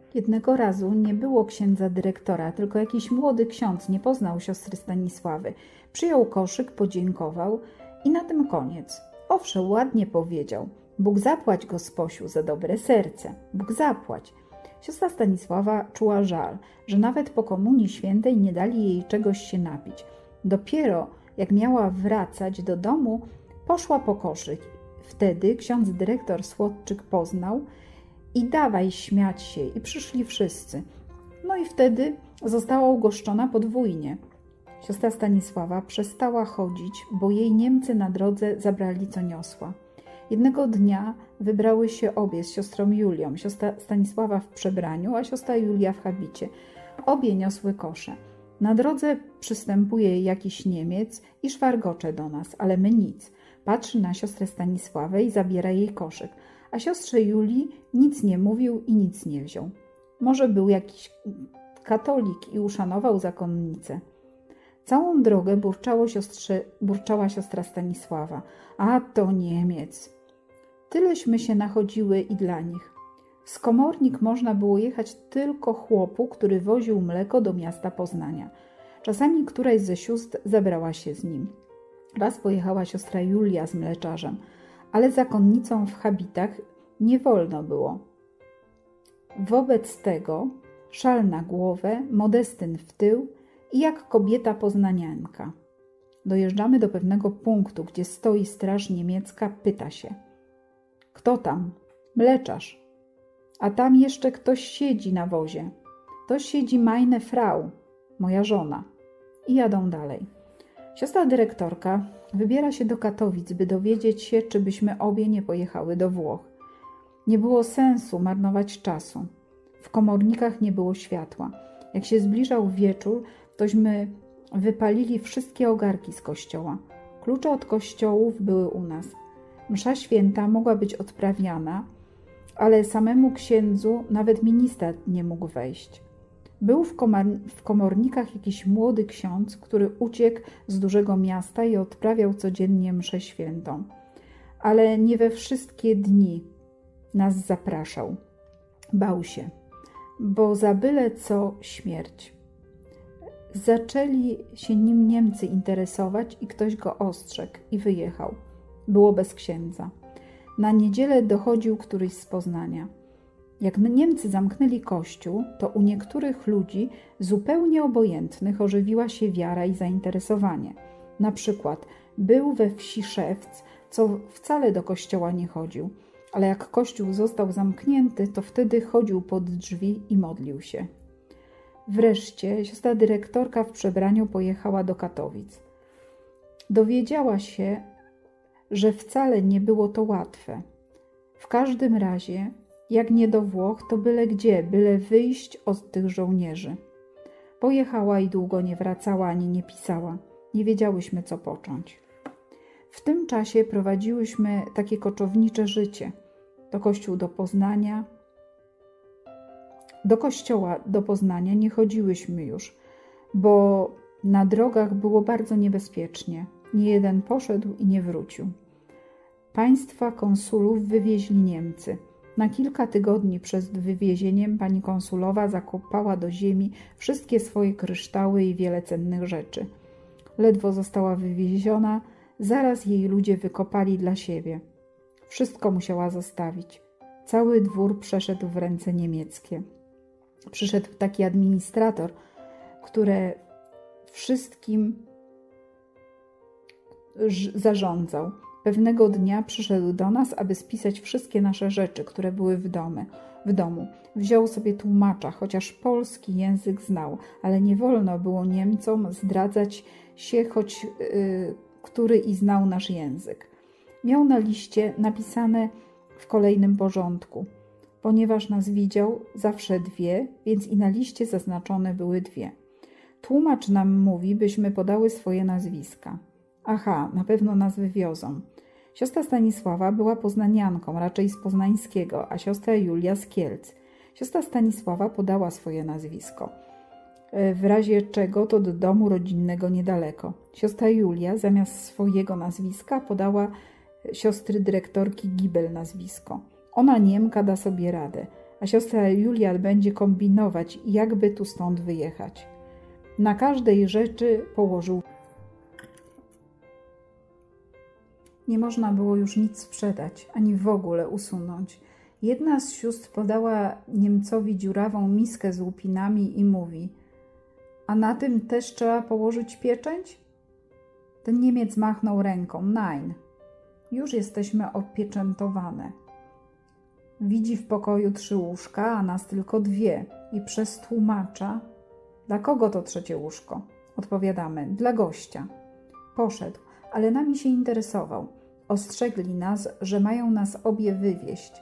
Jednego razu nie było księdza dyrektora, tylko jakiś młody ksiądz nie poznał siostry Stanisławy. Przyjął koszyk, podziękował i na tym koniec. Owszem, ładnie powiedział. Bóg zapłać Gosposiu za dobre serce. Bóg zapłać. Siostra Stanisława czuła żal, że nawet po Komunii Świętej nie dali jej czegoś się napić. Dopiero jak miała wracać do domu, poszła po koszyk. Wtedy ksiądz dyrektor Słodczyk poznał i dawaj śmiać się i przyszli wszyscy. No i wtedy została ugoszczona podwójnie. Siostra Stanisława przestała chodzić, bo jej Niemcy na drodze zabrali co niosła. Jednego dnia wybrały się obie z siostrą Julią, siostra Stanisława w przebraniu, a siostra Julia w habicie. Obie niosły kosze. Na drodze przystępuje jakiś Niemiec i szwargocze do nas, ale my nic. Patrzy na siostrę Stanisławę i zabiera jej koszyk, a siostrze Julii nic nie mówił i nic nie wziął. Może był jakiś katolik i uszanował zakonnicę. Całą drogę burczała siostra Stanisława. A to Niemiec. Tyleśmy się nachodziły i dla nich. Z Komornik można było jechać tylko chłopu, który woził mleko do miasta Poznania. Czasami któraś ze sióstr zabrała się z nim. Raz pojechała siostra Julia z mleczarzem, ale zakonnicom w habitach nie wolno było. Wobec tego szal na głowę, Modestyn w tył i jak kobieta poznanianka. Dojeżdżamy do pewnego punktu, gdzie stoi straż niemiecka, pyta się. Kto tam? Mleczarz. A tam jeszcze ktoś siedzi na wozie. To siedzi meine Frau, moja żona. I jadą dalej. Siostra dyrektorka wybiera się do Katowic, by dowiedzieć się, czy byśmy obie nie pojechały do Włoch. Nie było sensu marnować czasu. W komornikach nie było światła. Jak się zbliżał wieczór, tośmy wypalili wszystkie ogarki z kościoła. Klucze od kościołów były u nas. Msza święta mogła być odprawiana, ale samemu księdzu nawet minister nie mógł wejść. Był w komornikach jakiś młody ksiądz, który uciekł z dużego miasta i odprawiał codziennie mszę świętą. Ale nie we wszystkie dni nas zapraszał. Bał się, bo za byle co śmierć. Zaczęli się nim Niemcy interesować i ktoś go ostrzegł i wyjechał. Było bez księdza. Na niedzielę dochodził któryś z Poznania. Jak Niemcy zamknęli kościół, to u niektórych ludzi zupełnie obojętnych ożywiła się wiara i zainteresowanie. Na przykład był we wsi szewc, co wcale do kościoła nie chodził, ale jak kościół został zamknięty, to wtedy chodził pod drzwi i modlił się. Wreszcie siostra dyrektorka w przebraniu pojechała do Katowic. Dowiedziała się, że wcale nie było to łatwe. W każdym razie, jak nie do Włoch, to byle gdzie, byle wyjść od tych żołnierzy. Pojechała i długo nie wracała ani nie pisała. Nie wiedziałyśmy, co począć. W tym czasie prowadziłyśmy takie koczownicze życie. Do kościoła do Poznania nie chodziłyśmy już, bo na drogach było bardzo niebezpiecznie. Niejeden poszedł i nie wrócił. Państwa konsulów wywieźli Niemcy. Na kilka tygodni przed wywiezieniem pani konsulowa zakopała do ziemi wszystkie swoje kryształy i wiele cennych rzeczy. Ledwo została wywieziona, zaraz jej ludzie wykopali dla siebie. Wszystko musiała zostawić. Cały dwór przeszedł w ręce niemieckie. Przyszedł taki administrator, który wszystkim zarządzał. Pewnego dnia przyszedł do nas, aby spisać wszystkie nasze rzeczy, które były w domu. Wziął sobie tłumacza, chociaż polski język znał, ale nie wolno było Niemcom zdradzać się, choć który i znał nasz język. Miał na liście napisane w kolejnym porządku. Ponieważ nas widział zawsze dwie, więc i na liście zaznaczone były dwie. Tłumacz nam mówi, byśmy podały swoje nazwiska. Aha, na pewno nas wywiozą. Siostra Stanisława była poznanianką, raczej z Poznańskiego, a siostra Julia z Kielc. Siostra Stanisława podała swoje nazwisko. W razie czego to do domu rodzinnego niedaleko. Siostra Julia zamiast swojego nazwiska podała siostry dyrektorki Gibel nazwisko. Ona Niemka da sobie radę. a siostra Julia będzie kombinować, jakby tu stąd wyjechać. Na każdej rzeczy położył. Nie można było już nic sprzedać, ani w ogóle usunąć. Jedna z sióstr podała Niemcowi dziurawą miskę z łupinami i mówi: a na tym też trzeba położyć pieczęć? Ten Niemiec machnął ręką: nein, już jesteśmy opieczętowane. Widzi w pokoju 3 łóżka, a nas tylko 2 i przez tłumacza: dla kogo to 3 łóżko? Odpowiadamy: dla gościa. Poszedł, ale nami się interesował. Ostrzegli nas, że mają nas obie wywieźć.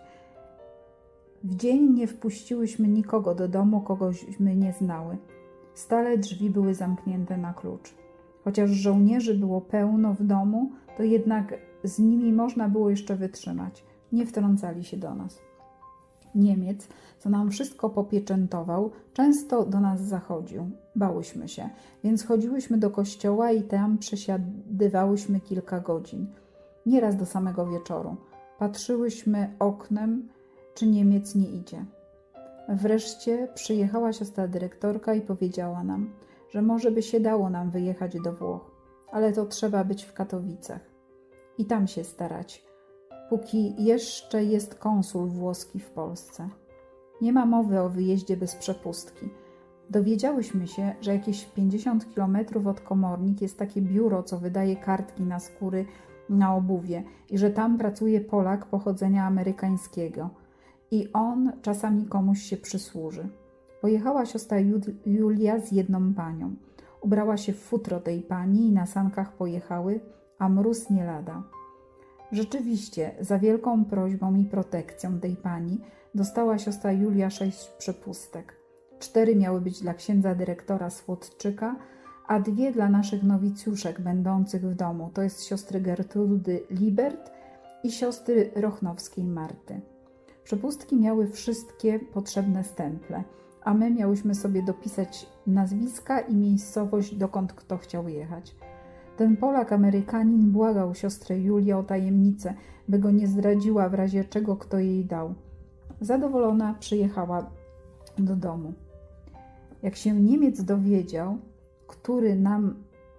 W dzień nie wpuściłyśmy nikogo do domu, kogośmy nie znały. Stale drzwi były zamknięte na klucz. Chociaż żołnierzy było pełno w domu, to jednak z nimi można było jeszcze wytrzymać. Nie wtrącali się do nas. Niemiec, co nam wszystko popieczętował, często do nas zachodził. Bałyśmy się, więc chodziłyśmy do kościoła i tam przesiadywałyśmy kilka godzin. Nieraz do samego wieczoru. Patrzyłyśmy oknem, czy Niemiec nie idzie. Wreszcie przyjechała siostra dyrektorka i powiedziała nam, że może by się dało nam wyjechać do Włoch, ale to trzeba być w Katowicach i tam się starać, póki jeszcze jest konsul włoski w Polsce. Nie ma mowy o wyjeździe bez przepustki. Dowiedziałyśmy się, że jakieś 50 kilometrów od Komornik jest takie biuro, co wydaje kartki na skóry na obuwie i że tam pracuje Polak pochodzenia amerykańskiego i on czasami komuś się przysłuży. Pojechała siostra Julia z jedną panią. Ubrała się w futro tej pani i na sankach pojechały, a mróz nie lada. Rzeczywiście, za wielką prośbą i protekcją tej pani dostała siostra Julia 6 przepustek. 4 miały być dla księdza dyrektora Słodczyka, a 2 dla naszych nowicjuszek będących w domu, to jest siostry Gertrudy Libert i siostry Rochnowskiej Marty. Przepustki miały wszystkie potrzebne stemple, a my miałyśmy sobie dopisać nazwiska i miejscowość, dokąd kto chciał jechać. Ten Polak-Amerykanin błagał siostrę Julię o tajemnicę, by go nie zdradziła w razie czego kto jej dał. Zadowolona przyjechała do domu. Jak się Niemiec dowiedział, który nam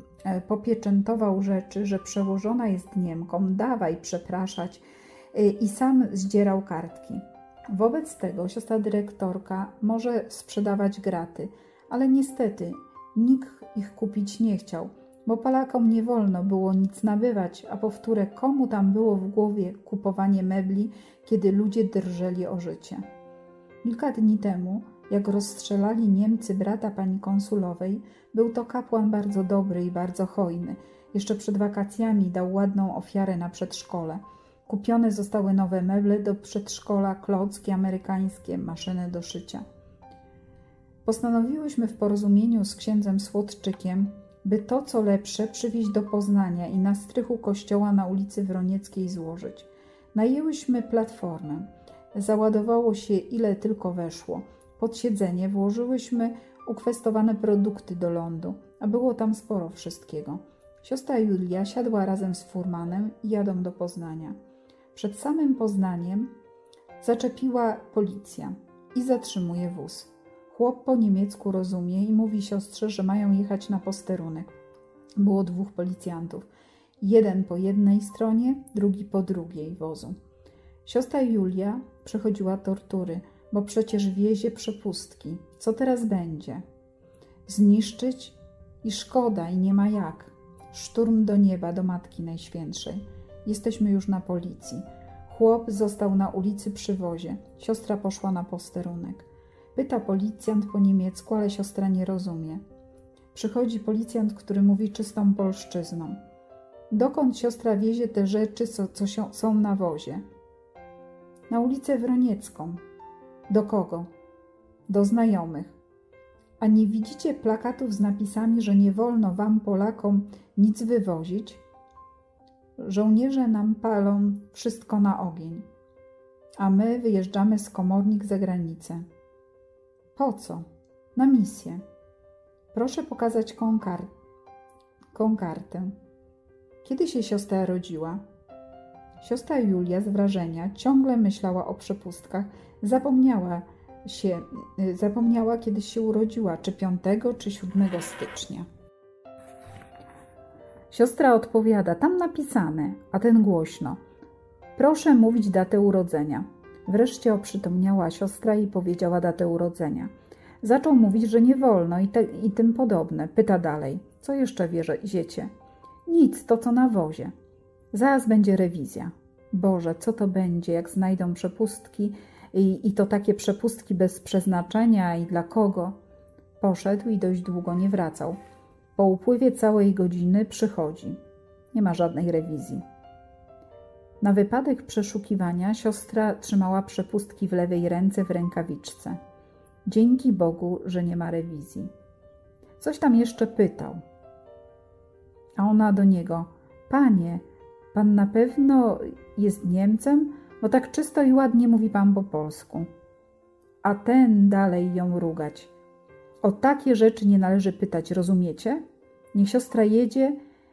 popieczętował rzeczy, że przełożona jest Niemką, dawaj przepraszać, i sam zdzierał kartki. Wobec tego siostra dyrektorka może sprzedawać graty, ale niestety nikt ich kupić nie chciał, bo Polakom nie wolno było nic nabywać, a powtórę komu tam było w głowie kupowanie mebli, kiedy ludzie drżeli o życie. Kilka dni temu, jak rozstrzelali Niemcy brata pani konsulowej, był to kapłan bardzo dobry i bardzo hojny. Jeszcze przed wakacjami dał ładną ofiarę na przedszkole. Kupione zostały nowe meble do przedszkola, klocki amerykańskie, maszyny do szycia. Postanowiłyśmy w porozumieniu z księdzem Słodczykiem, by to, co lepsze, przywieźć do Poznania i na strychu kościoła na ulicy Wronieckiej złożyć. Najęłyśmy platformę. Załadowało się ile tylko weszło. Pod siedzenie włożyłyśmy ukwestowane produkty do lądu, a było tam sporo wszystkiego. Siostra Julia siadła razem z furmanem i jadą do Poznania. Przed samym Poznaniem zaczepiła policja i zatrzymuje wóz. Chłop po niemiecku rozumie i mówi siostrze, że mają jechać na posterunek. Było 2 policjantów. Jeden po jednej stronie, drugi po drugiej wozu. Siostra Julia przechodziła tortury, bo przecież wiezie przepustki. Co teraz będzie? Zniszczyć? I szkoda, i nie ma jak. Szturm do nieba, do Matki Najświętszej. Jesteśmy już na policji. Chłop został na ulicy przy wozie. Siostra poszła na posterunek. Pyta policjant po niemiecku, ale siostra nie rozumie. Przychodzi policjant, który mówi czystą polszczyzną. Dokąd siostra wiezie te rzeczy, co są na wozie? Na ulicę Wroniecką. Do kogo? Do znajomych. A nie widzicie plakatów z napisami, że nie wolno wam, Polakom, nic wywozić? Żołnierze nam palą wszystko na ogień, a my wyjeżdżamy z Komornik za granicę. Po co? Na misję. Proszę pokazać konkartę. Kiedy się siostra rodziła? Siostra Julia z wrażenia ciągle myślała o przepustkach. Zapomniała, kiedy się urodziła, czy 5 czy 7 stycznia. Siostra odpowiada, tam napisane, a ten głośno. Proszę mówić datę urodzenia. Wreszcie oprzytomniała siostra i powiedziała datę urodzenia. Zaczął mówić, że nie wolno i tym podobne. Pyta dalej. Co jeszcze wieziecie? Nic, to co na wozie. Zaraz będzie rewizja. Boże, co to będzie, jak znajdą przepustki i to takie przepustki bez przeznaczenia i dla kogo? Poszedł i dość długo nie wracał. Po upływie całej godziny przychodzi. Nie ma żadnej rewizji. Na wypadek przeszukiwania siostra trzymała przepustki w lewej ręce w rękawiczce. Dzięki Bogu, że nie ma rewizji. Coś tam jeszcze pytał. A ona do niego. Panie, pan na pewno jest Niemcem? Bo tak czysto i ładnie mówi pan po polsku. A ten dalej ją rugać. O takie rzeczy nie należy pytać, rozumiecie? Niech siostra jedzie,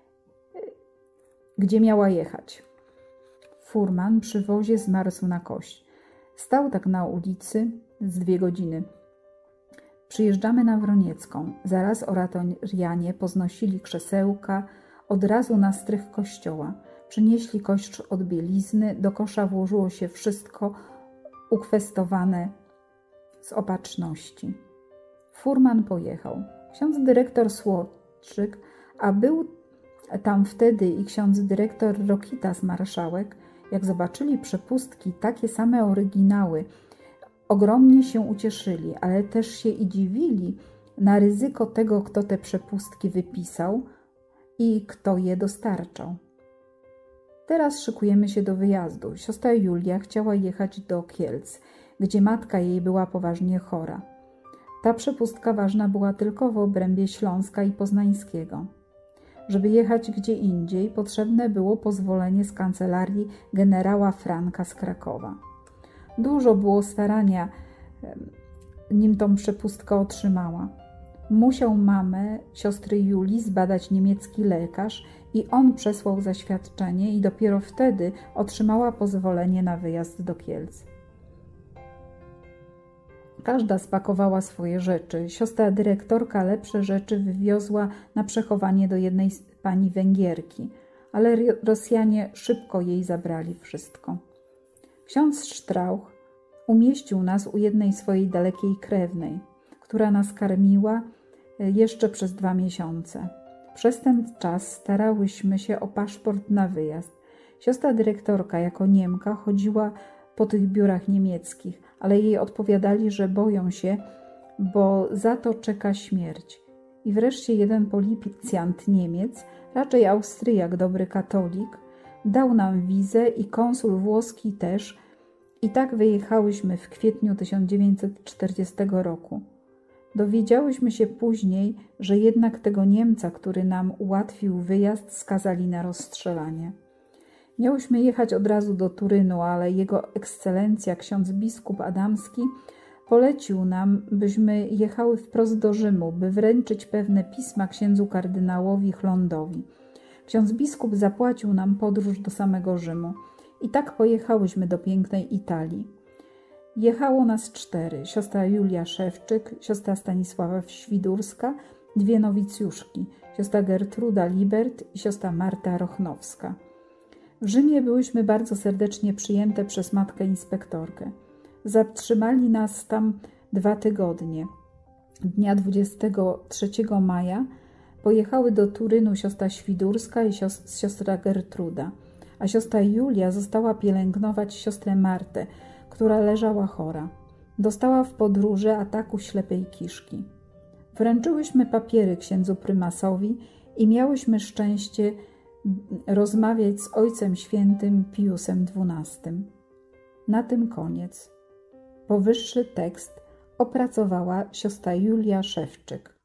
gdzie miała jechać. Furman przy wozie zmarzł na kość. Stał tak na ulicy z 2 godziny. Przyjeżdżamy na Wroniecką. Zaraz oratorianie poznosili krzesełka, od razu na strych kościoła. Przynieśli kość od bielizny, do kosza włożyło się wszystko ukwestowane z opatrzności. Furman pojechał. Ksiądz dyrektor Słodczyk, a był tam wtedy i ksiądz dyrektor Rokitas marszałek, jak zobaczyli przepustki, takie same oryginały, ogromnie się ucieszyli, ale też się i dziwili na ryzyko tego, kto te przepustki wypisał i kto je dostarczał. Teraz szykujemy się do wyjazdu. Siostra Julia chciała jechać do Kielc, gdzie matka jej była poważnie chora. Ta przepustka ważna była tylko w obrębie Śląska i Poznańskiego. Żeby jechać gdzie indziej, potrzebne było pozwolenie z kancelarii generała Franka z Krakowa. Dużo było starania, nim tą przepustkę otrzymała. Musiał mamę siostry Julii zbadać niemiecki lekarz i on przesłał zaświadczenie i dopiero wtedy otrzymała pozwolenie na wyjazd do Kielc. Każda spakowała swoje rzeczy. Siostra dyrektorka lepsze rzeczy wywiozła na przechowanie do jednej pani Węgierki, ale Rosjanie szybko jej zabrali wszystko. Ksiądz Strauch umieścił nas u jednej swojej dalekiej krewnej, która nas karmiła jeszcze przez 2 miesiące. Przez ten czas starałyśmy się o paszport na wyjazd. Siostra dyrektorka jako Niemka chodziła po tych biurach niemieckich, ale jej odpowiadali, że boją się, bo za to czeka śmierć. I wreszcie jeden policjant Niemiec, raczej Austriak, dobry katolik, dał nam wizę i konsul włoski też, i tak wyjechałyśmy w kwietniu 1940 roku. Dowiedziałyśmy się później, że jednak tego Niemca, który nam ułatwił wyjazd, skazali na rozstrzelanie. Miałyśmy jechać od razu do Turynu, ale jego ekscelencja, ksiądz biskup Adamski, polecił nam, byśmy jechały wprost do Rzymu, by wręczyć pewne pisma księdzu kardynałowi Chlondowi. Ksiądz biskup zapłacił nam podróż do samego Rzymu. I tak pojechałyśmy do pięknej Italii. Jechało nas 4. Siostra Julia Szewczyk, siostra Stanisława Świdurska, 2 nowicjuszki, siostra Gertruda Libert i siostra Marta Rochnowska. W Rzymie byłyśmy bardzo serdecznie przyjęte przez matkę inspektorkę. Zatrzymali nas tam 2 tygodnie. Dnia 23 maja pojechały do Turynu siostra Świdurska i siostra Gertruda, a siostra Julia została pielęgnować siostrę Martę, która leżała chora. Dostała w podróży ataku ślepej kiszki. Wręczyłyśmy papiery księdzu prymasowi i miałyśmy szczęście rozmawiać z Ojcem Świętym Piusem XII. Na tym koniec. Powyższy tekst opracowała siostra Julia Szewczyk.